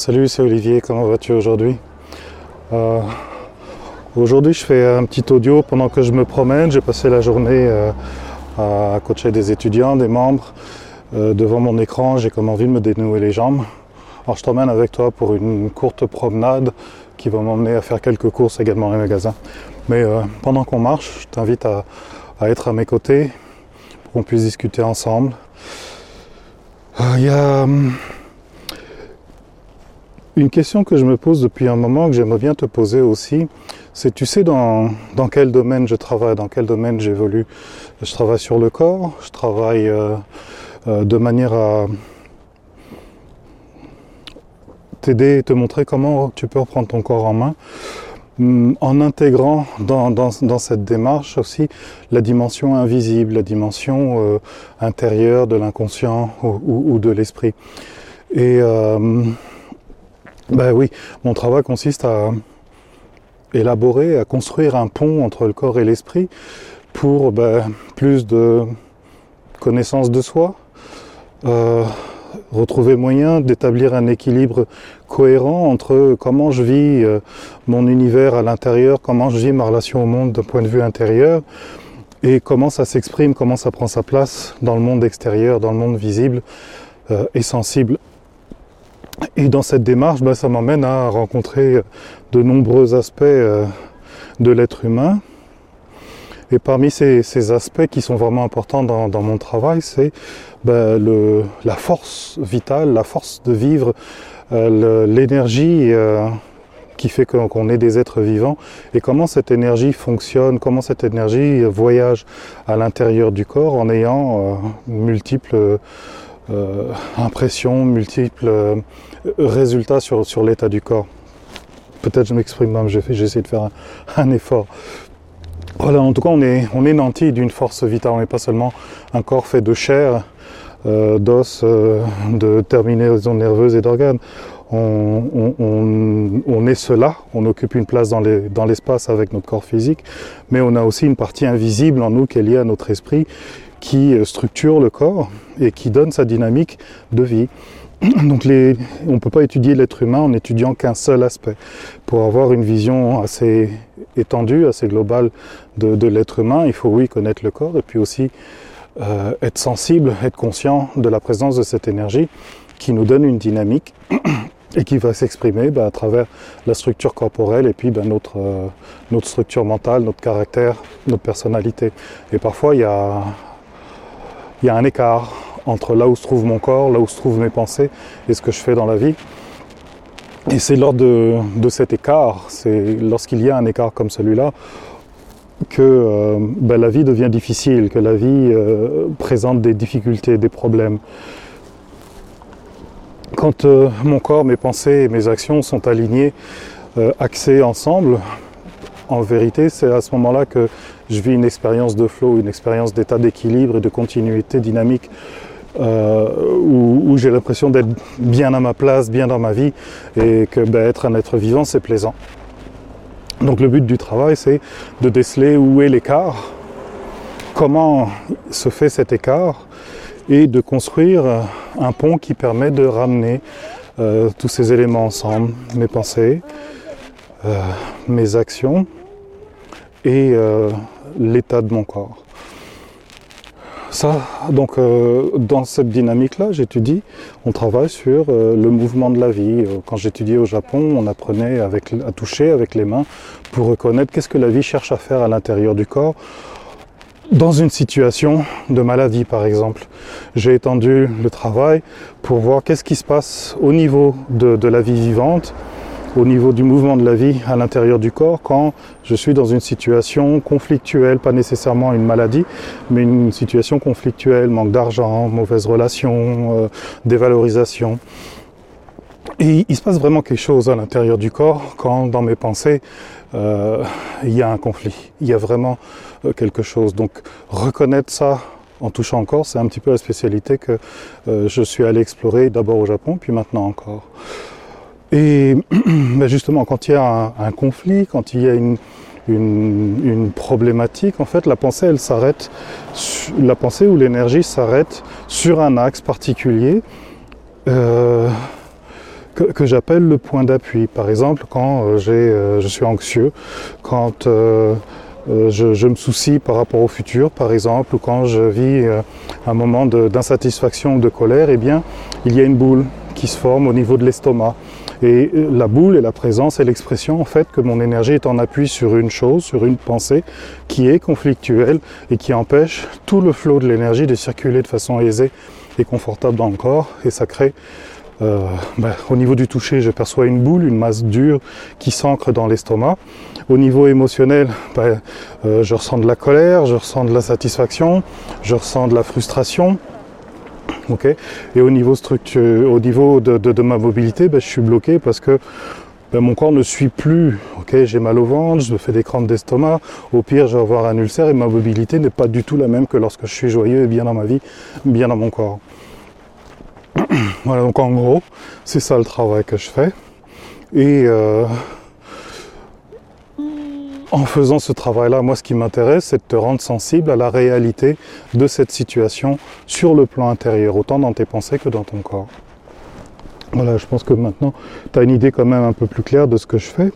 Salut, c'est Olivier, comment vas-tu aujourd'hui? Aujourd'hui je fais un petit audio pendant que je me promène. J'ai passé la journée à coacher des étudiants, des membres. Devant mon écran, j'ai comme envie de me dénouer les jambes. Alors je t'emmène avec toi pour une courte promenade qui va m'emmener à faire quelques courses également dans les magasins. Mais pendant qu'on marche, je t'invite à être à mes côtés pour qu'on puisse discuter ensemble. Il y a une question que je me pose depuis un moment, que j'aimerais bien te poser aussi, c'est tu sais dans quel domaine je travaille, dans quel domaine j'évolue. Je travaille sur le corps, je travaille de manière à t'aider et te montrer comment tu peux reprendre ton corps en main, en intégrant dans cette démarche aussi la dimension invisible, la dimension intérieure de l'inconscient ou de l'esprit. Et ben oui, mon travail consiste à élaborer, à construire un pont entre le corps et l'esprit pour plus de connaissance de soi, retrouver le moyen d'établir un équilibre cohérent entre comment je vis mon univers à l'intérieur, comment je vis ma relation au monde d'un point de vue intérieur et comment ça s'exprime, comment ça prend sa place dans le monde extérieur, dans le monde visible et sensible. Et dans cette démarche, ça m'emmène à rencontrer de nombreux aspects de l'être humain. Et parmi ces aspects qui sont vraiment importants dans mon travail, c'est la force vitale, la force de vivre, l'énergie qui fait qu'on est des êtres vivants, et comment cette énergie fonctionne, comment cette énergie voyage à l'intérieur du corps en ayant multiples impressions, multiples résultats sur l'état du corps. Peut-être je m'exprime mal, j'essaie de faire un effort. Voilà, en tout cas on est nanti d'une force vitale, on n'est pas seulement un corps fait de chair, d'os, de terminaisons nerveuses et d'organes. On est cela, on occupe une place dans l'espace avec notre corps physique, mais on a aussi une partie invisible en nous qui est liée à notre esprit, qui structure le corps et qui donne sa dynamique de vie. Donc on ne peut pas étudier l'être humain en étudiant qu'un seul aspect. Pour avoir une vision assez étendue, assez globale de l'être humain, il faut oui connaître le corps et puis aussi être sensible, être conscient de la présence de cette énergie qui nous donne une dynamique et qui va s'exprimer à travers la structure corporelle et puis notre structure mentale, notre caractère, notre personnalité. Et parfois il y a un écart entre là où se trouve mon corps, là où se trouvent mes pensées et ce que je fais dans la vie. Et c'est lors de cet écart, c'est lorsqu'il y a un écart comme celui-là, que la vie devient difficile, que la vie présente des difficultés, des problèmes. Quand mon corps, mes pensées et mes actions sont alignés, axés ensemble, en vérité, c'est à ce moment-là que je vis une expérience de flow, une expérience d'état d'équilibre et de continuité dynamique où j'ai l'impression d'être bien à ma place, bien dans ma vie et que être un être vivant, c'est plaisant. Donc le but du travail, c'est de déceler où est l'écart, comment se fait cet écart et de construire un pont qui permet de ramener tous ces éléments ensemble, mes pensées, mes actions et l'état de mon corps. Ça, donc, dans cette dynamique-là, j'étudie, on travaille sur le mouvement de la vie. Quand j'étudiais au Japon, on apprenait à toucher avec les mains pour reconnaître qu'est-ce que la vie cherche à faire à l'intérieur du corps. Dans une situation de maladie, par exemple, j'ai étendu le travail pour voir qu'est-ce qui se passe au niveau de la vie vivante, au niveau du mouvement de la vie à l'intérieur du corps quand je suis dans une situation conflictuelle, pas nécessairement une maladie, mais une situation conflictuelle, manque d'argent, mauvaise relation, dévalorisation. Et il se passe vraiment quelque chose à l'intérieur du corps quand dans mes pensées il y a un conflit, il y a vraiment quelque chose. Donc reconnaître ça en touchant encore, c'est un petit peu la spécialité que je suis allé explorer d'abord au Japon, puis maintenant encore. Et justement, quand il y a un conflit, quand il y a une problématique, en fait, la pensée, elle s'arrête, la pensée ou l'énergie s'arrête sur un axe particulier, que j'appelle le point d'appui. Par exemple, quand je suis anxieux, quand je me soucie par rapport au futur, par exemple, ou quand je vis un moment d'insatisfaction ou de colère, eh bien, il y a une boule qui se forme au niveau de l'estomac. Et la boule est la présence et l'expression en fait que mon énergie est en appui sur une chose, sur une pensée qui est conflictuelle et qui empêche tout le flot de l'énergie de circuler de façon aisée et confortable dans le corps. Et ça crée, au niveau du toucher, je perçois une boule, une masse dure qui s'ancre dans l'estomac. Au niveau émotionnel, je ressens de la colère, je ressens de la satisfaction, je ressens de la frustration. Okay. Et au niveau de ma mobilité, je suis bloqué parce que mon corps ne suit plus. Okay. J'ai mal au ventre, je me fais des crampes d'estomac, au pire je vais avoir un ulcère et ma mobilité n'est pas du tout la même que lorsque je suis joyeux et bien dans ma vie, bien dans mon corps. Voilà, donc en gros, c'est ça le travail que je fais. Et en faisant ce travail-là, moi ce qui m'intéresse, c'est de te rendre sensible à la réalité de cette situation sur le plan intérieur, autant dans tes pensées que dans ton corps. Voilà, je pense que maintenant, tu as une idée quand même un peu plus claire de ce que je fais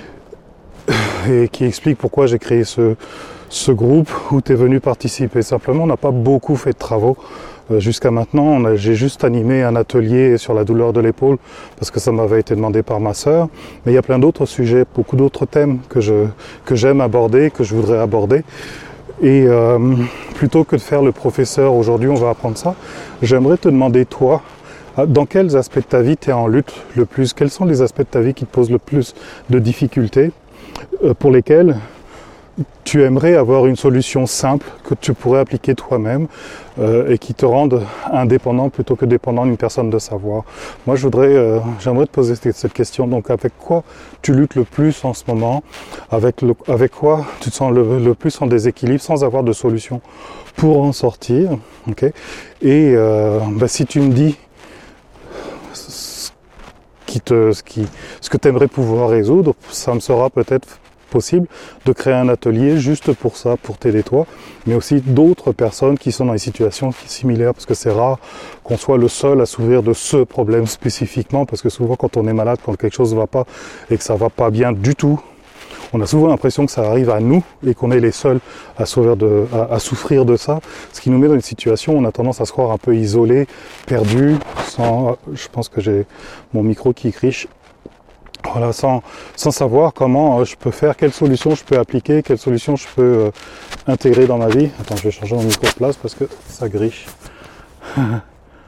et qui explique pourquoi j'ai créé ce groupe où tu es venu participer. Simplement, on n'a pas beaucoup fait de travaux jusqu'à maintenant. J'ai juste animé un atelier sur la douleur de l'épaule parce que ça m'avait été demandé par ma sœur. Mais il y a plein d'autres sujets, beaucoup d'autres thèmes que j'aime aborder, que je voudrais aborder. Et plutôt que de faire le professeur, aujourd'hui on va apprendre ça, j'aimerais te demander toi, dans quels aspects de ta vie tu es en lutte le plus? Quels sont les aspects de ta vie qui te posent le plus de difficultés, pour lesquels tu aimerais avoir une solution simple que tu pourrais appliquer toi-même et qui te rende indépendant plutôt que dépendant d'une personne de savoir. Moi, j'aimerais te poser cette question. Donc, avec quoi tu luttes le plus en ce moment? Avec quoi tu te sens le plus en déséquilibre sans avoir de solution pour en sortir? Okay. Et si tu me dis ce que tu aimerais pouvoir résoudre, ça me sera peut-être possible de créer un atelier juste pour ça, pour t'aider toi, mais aussi d'autres personnes qui sont dans des situations similaires, parce que c'est rare qu'on soit le seul à souffrir de ce problème spécifiquement, parce que souvent quand on est malade, quand quelque chose ne va pas et que ça ne va pas bien du tout, on a souvent l'impression que ça arrive à nous et qu'on est les seuls à souffrir de ça, ce qui nous met dans une situation où on a tendance à se croire un peu isolé, perdu, je pense que j'ai mon micro qui criche. Voilà, sans savoir comment je peux faire, quelle solution je peux appliquer, quelle solution je peux intégrer dans ma vie. Attends, je vais changer mon micro de place parce que ça griche. Attends,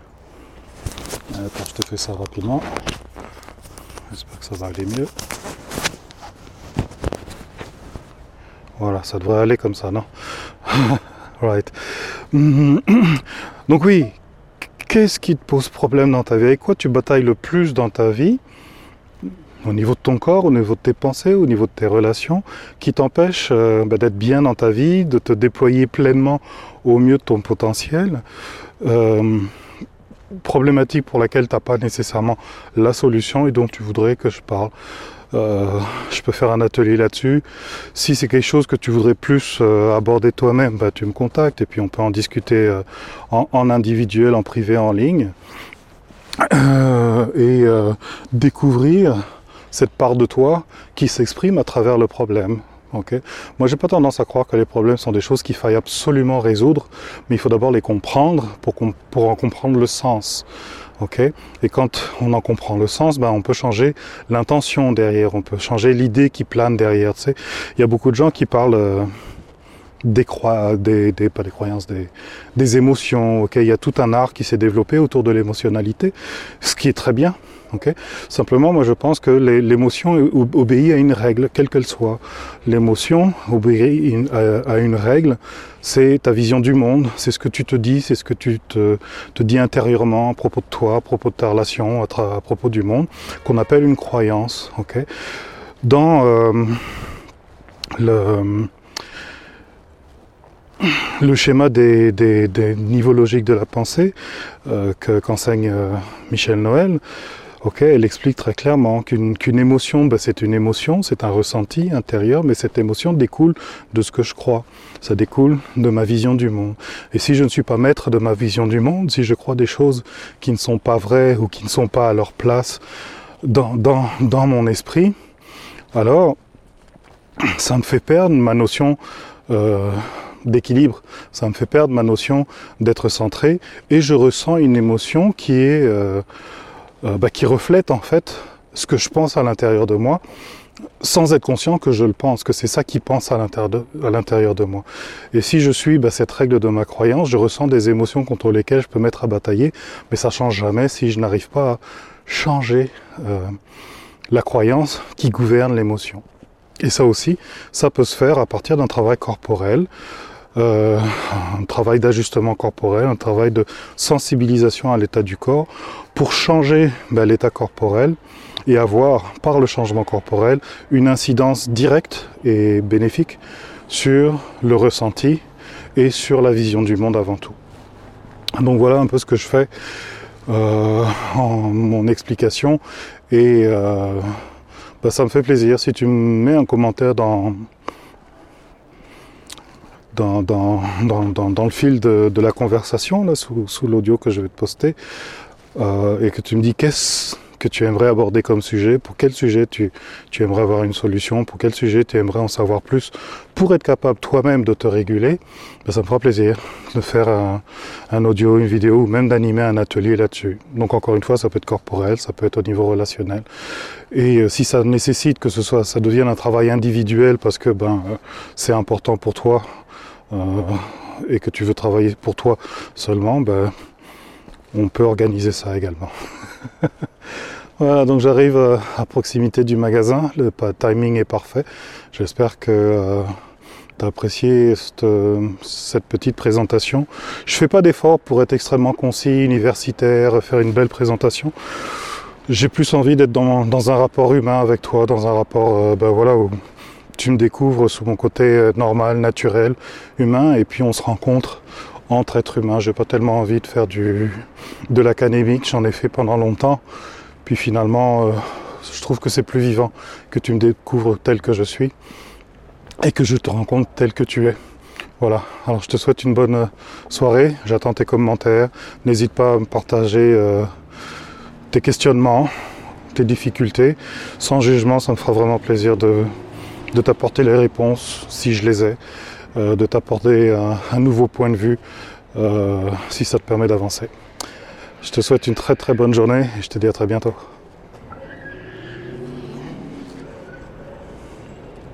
je te fais ça rapidement. J'espère que ça va aller mieux. Voilà, ça devrait aller comme ça, non? Right. Donc oui, qu'est-ce qui te pose problème dans ta vie? Avec quoi tu batailles le plus dans ta vie? Au niveau de ton corps, au niveau de tes pensées, au niveau de tes relations, qui t'empêchent d'être bien dans ta vie, de te déployer pleinement au mieux de ton potentiel. Problématique pour laquelle tu n'as pas nécessairement la solution et dont tu voudrais que je parle. Je peux faire un atelier là-dessus. Si c'est quelque chose que tu voudrais plus aborder toi-même, tu me contactes et puis on peut en discuter en individuel, en privé, en ligne. Et découvrir cette part de toi qui s'exprime à travers le problème. Okay. Moi, j'ai pas tendance à croire que les problèmes sont des choses qu'il faille absolument résoudre, mais il faut d'abord les comprendre pour en comprendre le sens. Okay. Et quand on en comprend le sens, on peut changer l'intention derrière, on peut changer l'idée qui plane derrière. Tu sais. Il y a beaucoup de gens qui parlent pas des croyances, des émotions. Okay. Il y a tout un art qui s'est développé autour de l'émotionnalité, ce qui est très bien. Okay. Simplement, moi je pense que l'émotion obéit à une règle, quelle qu'elle soit. L'émotion obéit à une règle, c'est ta vision du monde, c'est ce que tu te dis, c'est ce que tu te dis intérieurement à propos de toi, à propos de ta relation, à propos du monde, qu'on appelle une croyance. Okay. Dans le schéma des niveaux logiques de la pensée qu'enseigne Michel Noël, elle explique très clairement qu'une émotion, c'est une émotion, c'est un ressenti intérieur, mais cette émotion découle de ce que je crois, ça découle de ma vision du monde. Et si je ne suis pas maître de ma vision du monde, si je crois des choses qui ne sont pas vraies ou qui ne sont pas à leur place, dans mon esprit, alors ça me fait perdre ma notion d'équilibre, ça me fait perdre ma notion d'être centré, et je ressens une émotion qui est qui reflète en fait ce que je pense à l'intérieur de moi, sans être conscient que je le pense, que c'est ça qui pense à l'intérieur de moi. Et si je suis cette règle de ma croyance, je ressens des émotions contre lesquelles je peux mettre à batailler, mais ça ne change jamais si je n'arrive pas à changer la croyance qui gouverne l'émotion. Et ça aussi, ça peut se faire à partir d'un travail corporel, un travail d'ajustement corporel, un travail de sensibilisation à l'état du corps, pour changer l'état corporel et avoir, par le changement corporel, une incidence directe et bénéfique sur le ressenti et sur la vision du monde avant tout. Donc voilà un peu ce que je fais en mon explication, et ça me fait plaisir si tu me mets un commentaire dans le fil de la conversation, là, sous l'audio que je vais te poster, et que tu me dis qu'est-ce que tu aimerais aborder comme sujet, pour quel sujet tu aimerais avoir une solution, pour quel sujet tu aimerais en savoir plus, pour être capable toi-même de te réguler, ça me fera plaisir de faire un audio, une vidéo, ou même d'animer un atelier là-dessus. Donc encore une fois, ça peut être corporel, ça peut être au niveau relationnel. Et si ça nécessite que ça devienne un travail individuel, parce que c'est important pour toi, et que tu veux travailler pour toi seulement, on peut organiser ça également. Voilà, donc j'arrive à proximité du magasin, le timing est parfait. J'espère que tu as apprécié cette petite présentation. Je fais pas d'effort pour être extrêmement concis, universitaire, faire une belle présentation. J'ai plus envie d'être dans un rapport humain avec toi, dans un rapport où tu me découvres sous mon côté normal, naturel, humain, et puis on se rencontre entre êtres humains. J'ai pas tellement envie de faire de l'académique, j'en ai fait pendant longtemps. Puis finalement, je trouve que c'est plus vivant que tu me découvres tel que je suis et que je te rencontre tel que tu es. Voilà, alors je te souhaite une bonne soirée, j'attends tes commentaires. N'hésite pas à me partager tes questionnements, tes difficultés. Sans jugement, ça me fera vraiment plaisir de t'apporter les réponses, si je les ai, de t'apporter un nouveau point de vue, si ça te permet d'avancer. Je te souhaite une très très bonne journée et je te dis à très bientôt.